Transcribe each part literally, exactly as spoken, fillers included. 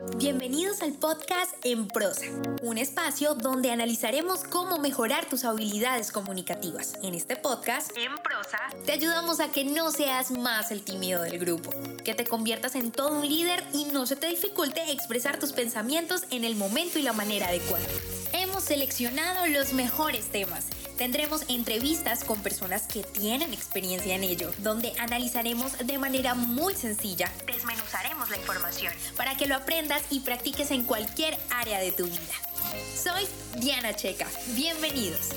Bienvenidos al podcast En Prosa, un espacio donde analizaremos cómo mejorar tus habilidades comunicativas. En este podcast, En Prosa, te ayudamos a que no seas más el tímido del grupo, que te conviertas en todo un líder y no se te dificulte expresar tus pensamientos en el momento y la manera adecuada. Hemos seleccionado los mejores temas. Tendremos entrevistas con personas que tienen experiencia en ello, donde analizaremos de manera muy sencilla, desmenuzaremos la información para que lo aprendas y practiques en cualquier área de tu vida. Soy Diana Checa, bienvenidos.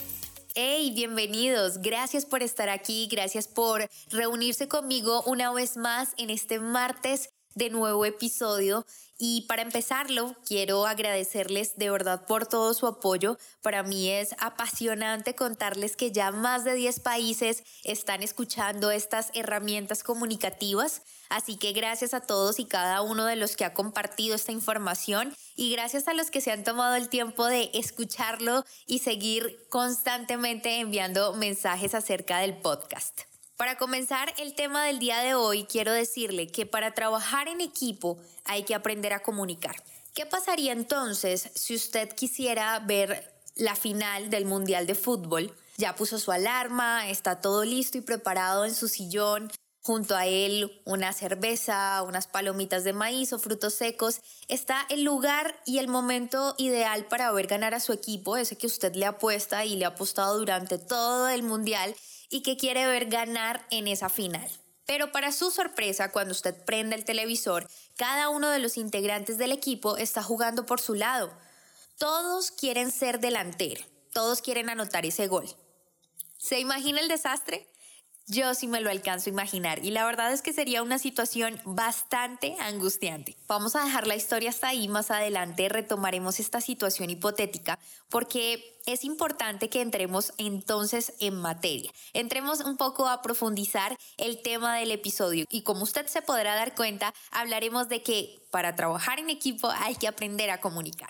Hey, bienvenidos, gracias por estar aquí, gracias por reunirse conmigo una vez más en este martes de nuevo episodio. Y para empezarlo, quiero agradecerles de verdad por todo su apoyo. Para mí es apasionante contarles que ya más de diez países están escuchando estas herramientas comunicativas. Así que gracias a todos y cada uno de los que ha compartido esta información y gracias a los que se han tomado el tiempo de escucharlo y seguir constantemente enviando mensajes acerca del podcast. Para comenzar el tema del día de hoy, quiero decirle que para trabajar en equipo hay que aprender a comunicar. ¿Qué pasaría entonces si usted quisiera ver la final del Mundial de Fútbol? Ya puso su alarma, está todo listo y preparado en su sillón, junto a él una cerveza, unas palomitas de maíz o frutos secos. Está el lugar y el momento ideal para ver ganar a su equipo, ese que usted le apuesta y le ha apostado durante todo el Mundial y que quiere ver ganar en esa final. Pero para su sorpresa, cuando usted prende el televisor, cada uno de los integrantes del equipo está jugando por su lado. Todos quieren ser delantero, todos quieren anotar ese gol. ¿Se imagina el desastre? Yo sí me lo alcanzo a imaginar y la verdad es que sería una situación bastante angustiante. Vamos a dejar la historia hasta ahí, más adelante retomaremos esta situación hipotética porque es importante que entremos entonces en materia. Entremos un poco a profundizar el tema del episodio y como usted se podrá dar cuenta, hablaremos de que para trabajar en equipo hay que aprender a comunicar.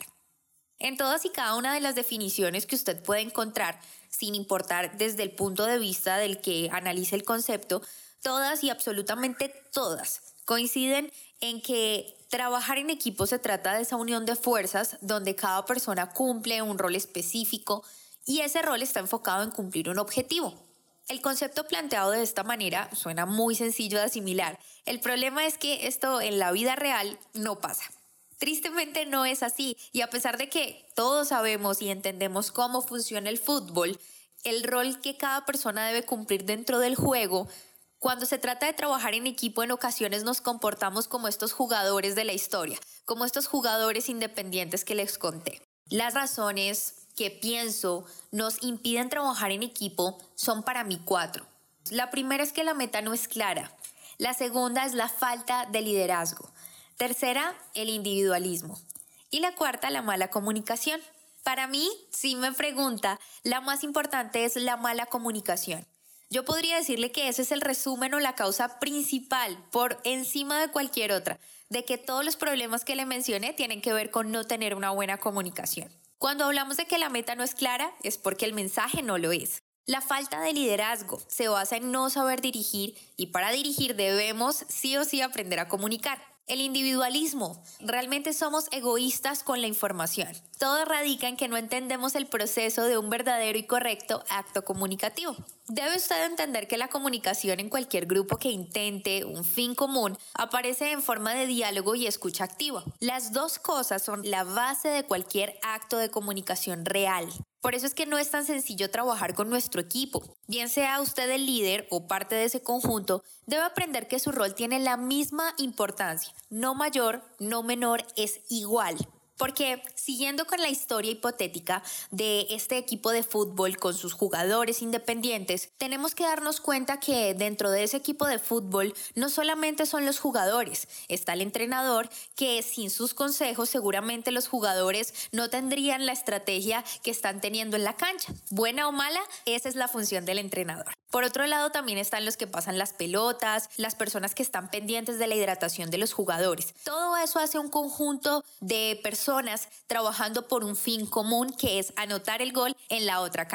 En todas y cada una de las definiciones que usted puede encontrar, sin importar desde el punto de vista del que analice el concepto, todas y absolutamente todas coinciden en que trabajar en equipo se trata de esa unión de fuerzas donde cada persona cumple un rol específico y ese rol está enfocado en cumplir un objetivo. El concepto planteado de esta manera suena muy sencillo de asimilar. El problema es que esto en la vida real no pasa. Tristemente no es así y a pesar de que todos sabemos y entendemos cómo funciona el fútbol, el rol que cada persona debe cumplir dentro del juego, cuando se trata de trabajar en equipo en ocasiones nos comportamos como estos jugadores de la historia, como estos jugadores independientes que les conté. Las razones que pienso nos impiden trabajar en equipo son para mí cuatro. La primera es que la meta no es clara. La segunda es la falta de liderazgo. Tercera, el individualismo. Y la cuarta, la mala comunicación. Para mí, si me pregunta, la más importante es la mala comunicación. Yo podría decirle que ese es el resumen o la causa principal por encima de cualquier otra, de que todos los problemas que le mencioné tienen que ver con no tener una buena comunicación. Cuando hablamos de que la meta no es clara, es porque el mensaje no lo es. La falta de liderazgo se basa en no saber dirigir y para dirigir debemos sí o sí aprender a comunicar. El individualismo. Realmente somos egoístas con la información. Todo radica en que no entendemos el proceso de un verdadero y correcto acto comunicativo. Debe usted entender que la comunicación en cualquier grupo que intente un fin común aparece en forma de diálogo y escucha activa. Las dos cosas son la base de cualquier acto de comunicación real. Por eso es que no es tan sencillo trabajar con nuestro equipo. Bien sea usted el líder o parte de ese conjunto, debe aprender que su rol tiene la misma importancia, no mayor, no menor, es igual. Porque siguiendo con la historia hipotética de este equipo de fútbol con sus jugadores independientes, tenemos que darnos cuenta que dentro de ese equipo de fútbol no solamente son los jugadores, está el entrenador que sin sus consejos seguramente los jugadores no tendrían la estrategia que están teniendo en la cancha. Buena o mala, esa es la función del entrenador. Por otro lado también están los que pasan las pelotas, las personas que están pendientes de la hidratación de los jugadores. Todo eso hace un conjunto de personas trabajando por un fin común que es anotar el gol en la otra cancha.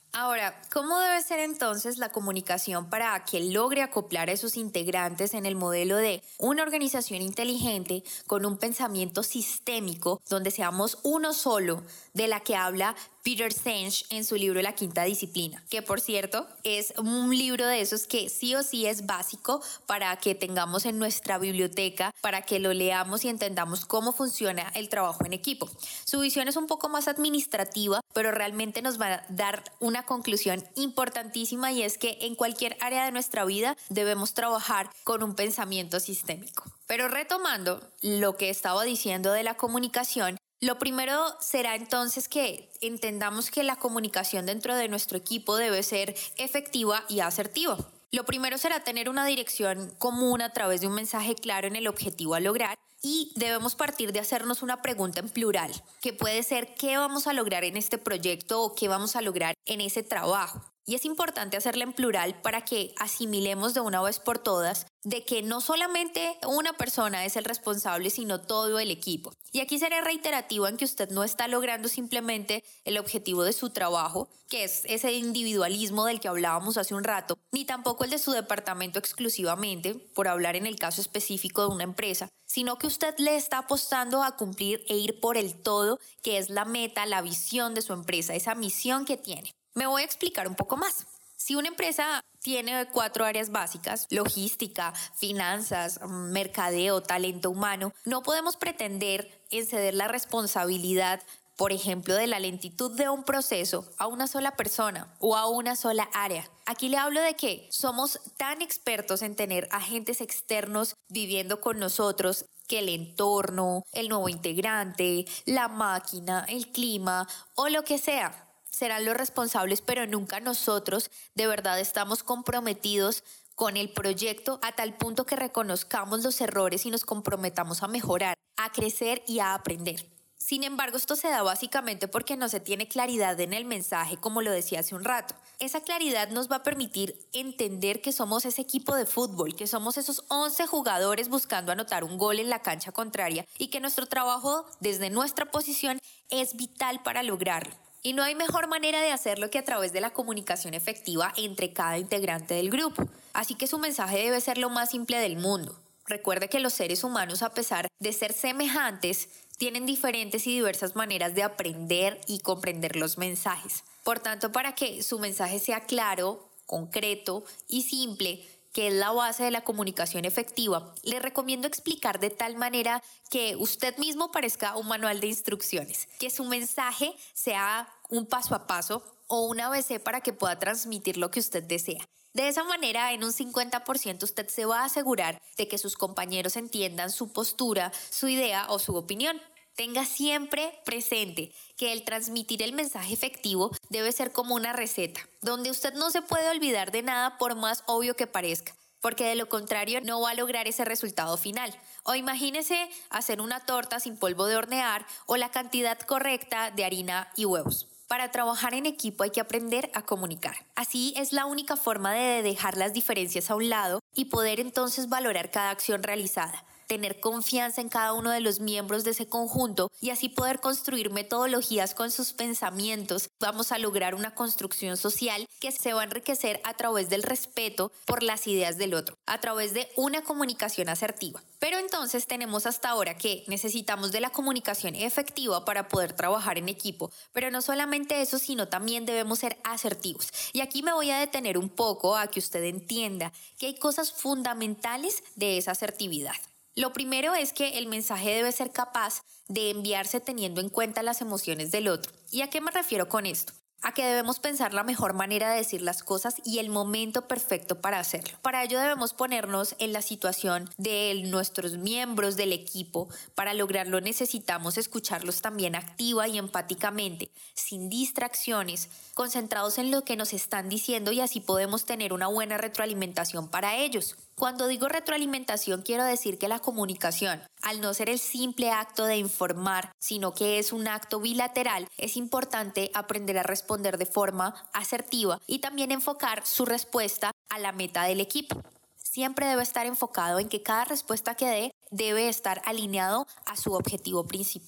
Ahora, ¿cómo debe ser entonces la comunicación para que logre acoplar a esos integrantes en el modelo de una organización inteligente con un pensamiento sistémico donde seamos uno solo, de la que habla Peter Senge en su libro La Quinta Disciplina, que por cierto es un libro de esos que sí o sí es básico para que tengamos en nuestra biblioteca, para que lo leamos y entendamos cómo funciona el trabajo en equipo? Su visión es un poco más administrativa, pero realmente nos va a dar una conclusión importantísima, y es que en cualquier área de nuestra vida debemos trabajar con un pensamiento sistémico. Pero retomando lo que estaba diciendo de la comunicación, lo primero será entonces que entendamos que la comunicación dentro de nuestro equipo debe ser efectiva y asertiva. Lo primero será tener una dirección común a través de un mensaje claro en el objetivo a lograr, y debemos partir de hacernos una pregunta en plural, que puede ser ¿qué vamos a lograr en este proyecto o qué vamos a lograr en ese trabajo? Y es importante hacerla en plural para que asimilemos de una vez por todas de que no solamente una persona es el responsable, sino todo el equipo. Y aquí seré reiterativo en que usted no está logrando simplemente el objetivo de su trabajo, que es ese individualismo del que hablábamos hace un rato, ni tampoco el de su departamento exclusivamente, por hablar en el caso específico de una empresa, sino que usted le está apostando a cumplir e ir por el todo, que es la meta, la visión de su empresa, esa misión que tiene. Me voy a explicar un poco más. Si una empresa tiene cuatro áreas básicas: logística, finanzas, mercadeo, talento humano, no podemos pretender ceder la responsabilidad, por ejemplo, de la lentitud de un proceso a una sola persona o a una sola área. Aquí le hablo de que somos tan expertos en tener agentes externos viviendo con nosotros que el entorno, el nuevo integrante, la máquina, el clima o lo que sea serán los responsables, pero nunca nosotros de verdad estamos comprometidos con el proyecto a tal punto que reconozcamos los errores y nos comprometamos a mejorar, a crecer y a aprender. Sin embargo, esto se da básicamente porque no se tiene claridad en el mensaje, como lo decía hace un rato. Esa claridad nos va a permitir entender que somos ese equipo de fútbol, que somos esos once jugadores buscando anotar un gol en la cancha contraria, y que nuestro trabajo desde nuestra posición es vital para lograrlo. Y no hay mejor manera de hacerlo que a través de la comunicación efectiva entre cada integrante del grupo. Así que su mensaje debe ser lo más simple del mundo. Recuerde que los seres humanos, a pesar de ser semejantes, tienen diferentes y diversas maneras de aprender y comprender los mensajes. Por tanto, para que su mensaje sea claro, concreto y simple, que es la base de la comunicación efectiva, le recomiendo explicar de tal manera que usted mismo parezca un manual de instrucciones, que su mensaje sea un paso a paso o un A B C para que pueda transmitir lo que usted desea. De esa manera, en un cincuenta por ciento usted se va a asegurar de que sus compañeros entiendan su postura, su idea o su opinión. Tenga siempre presente que el transmitir el mensaje efectivo debe ser como una receta, donde usted no se puede olvidar de nada por más obvio que parezca, porque de lo contrario no va a lograr ese resultado final. O imagínese hacer una torta sin polvo de hornear o la cantidad correcta de harina y huevos. Para trabajar en equipo hay que aprender a comunicar. Así es la única forma de dejar las diferencias a un lado y poder entonces valorar cada acción realizada, tener confianza en cada uno de los miembros de ese conjunto y así poder construir metodologías con sus pensamientos. Vamos a lograr una construcción social que se va a enriquecer a través del respeto por las ideas del otro, a través de una comunicación asertiva. Pero entonces tenemos hasta ahora que necesitamos de la comunicación efectiva para poder trabajar en equipo, pero no solamente eso, sino también debemos ser asertivos. Y aquí me voy a detener un poco a que usted entienda que hay cosas fundamentales de esa asertividad. Lo primero es que el mensaje debe ser capaz de enviarse teniendo en cuenta las emociones del otro. ¿Y a qué me refiero con esto? A que debemos pensar la mejor manera de decir las cosas y el momento perfecto para hacerlo. Para ello debemos ponernos en la situación de nuestros miembros del equipo. Para lograrlo necesitamos escucharlos también activa y empáticamente, sin distracciones, concentrados en lo que nos están diciendo, y así podemos tener una buena retroalimentación para ellos. Cuando digo retroalimentación, quiero decir que la comunicación, al no ser el simple acto de informar, sino que es un acto bilateral, es importante aprender a responder de forma asertiva y también enfocar su respuesta a la meta del equipo. Siempre debe estar enfocado en que cada respuesta que dé debe estar alineado a su objetivo principal.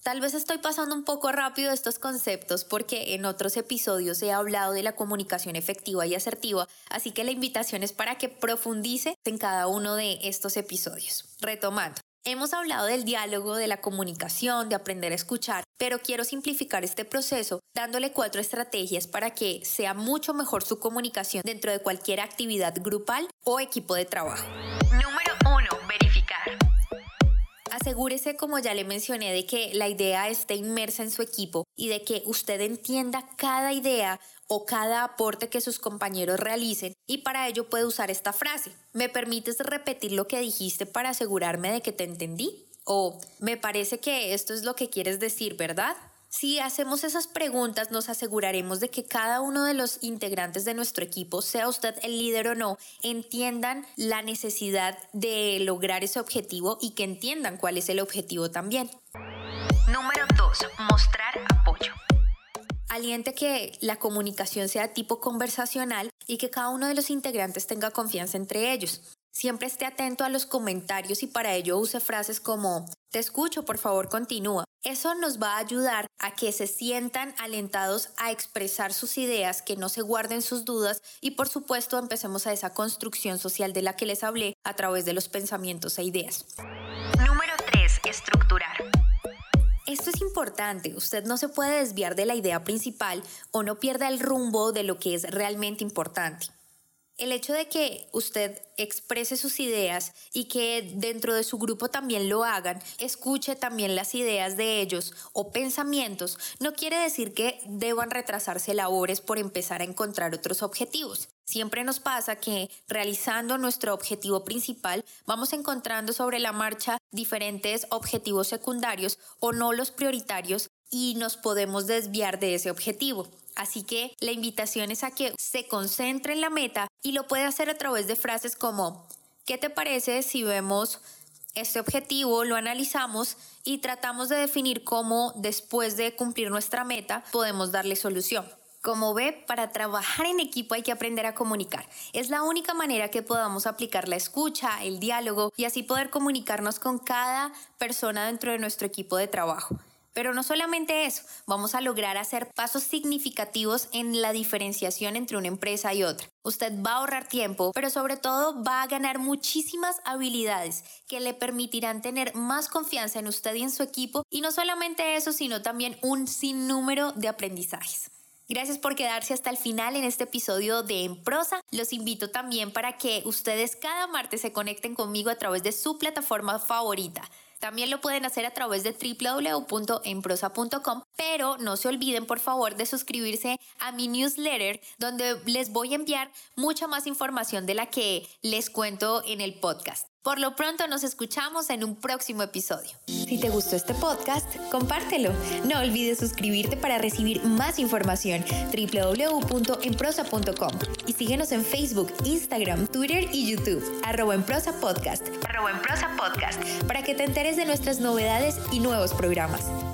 Tal vez estoy pasando un poco rápido estos conceptos porque en otros episodios he hablado de la comunicación efectiva y asertiva, así que la invitación es para que profundice en cada uno de estos episodios. Retomando. Hemos hablado del diálogo, de la comunicación, de aprender a escuchar, pero quiero simplificar este proceso dándole cuatro estrategias para que sea mucho mejor su comunicación dentro de cualquier actividad grupal o equipo de trabajo. Número uno. Verificar. Asegúrese, como ya le mencioné, de que la idea esté inmersa en su equipo y de que usted entienda cada idea o cada aporte que sus compañeros realicen, y para ello puede usar esta frase: ¿me permites repetir lo que dijiste para asegurarme de que te entendí? O me parece que esto es lo que quieres decir, ¿verdad? Si hacemos esas preguntas, nos aseguraremos de que cada uno de los integrantes de nuestro equipo, sea usted el líder o no, entiendan la necesidad de lograr ese objetivo y que entiendan cuál es el objetivo también. Número dos. Mostrar apoyo. Aliente que la comunicación sea tipo conversacional y que cada uno de los integrantes tenga confianza entre ellos. Siempre esté atento a los comentarios y para ello use frases como «te escucho, por favor, continúa». Eso nos va a ayudar a que se sientan alentados a expresar sus ideas, que no se guarden sus dudas y, por supuesto, empecemos a esa construcción social de la que les hablé a través de los pensamientos e ideas. Número tres. Estructurar. Esto es importante, usted no se puede desviar de la idea principal o no pierda el rumbo de lo que es realmente importante. El hecho de que usted exprese sus ideas y que dentro de su grupo también lo hagan, escuche también las ideas de ellos o pensamientos, no quiere decir que deban retrasarse labores por empezar a encontrar otros objetivos. Siempre nos pasa que realizando nuestro objetivo principal vamos encontrando sobre la marcha diferentes objetivos secundarios o no los prioritarios y nos podemos desviar de ese objetivo. Así que la invitación es a que se concentre en la meta y lo puede hacer a través de frases como ¿qué te parece si vemos este objetivo, lo analizamos y tratamos de definir cómo después de cumplir nuestra meta podemos darle solución? Como ve, para trabajar en equipo hay que aprender a comunicar. Es la única manera que podamos aplicar la escucha, el diálogo y así poder comunicarnos con cada persona dentro de nuestro equipo de trabajo. Pero no solamente eso, vamos a lograr hacer pasos significativos en la diferenciación entre una empresa y otra. Usted va a ahorrar tiempo, pero sobre todo va a ganar muchísimas habilidades que le permitirán tener más confianza en usted y en su equipo. Y no solamente eso, sino también un sinnúmero de aprendizajes. Gracias por quedarse hasta el final en este episodio de En Prosa. Los invito también para que ustedes cada martes se conecten conmigo a través de su plataforma favorita. También lo pueden hacer a través de doble u doble u doble u punto en prosa punto com, pero no se olviden por favor de suscribirse a mi newsletter donde les voy a enviar mucha más información de la que les cuento en el podcast. Por lo pronto nos escuchamos en un próximo episodio. Si te gustó este podcast, compártelo. No olvides suscribirte para recibir más información. doble u doble u doble u punto en prosa punto com y síguenos en Facebook, Instagram, Twitter y YouTube. Arroba en prosa podcast. Arroba en prosa podcast. Para que te enteres de nuestras novedades y nuevos programas.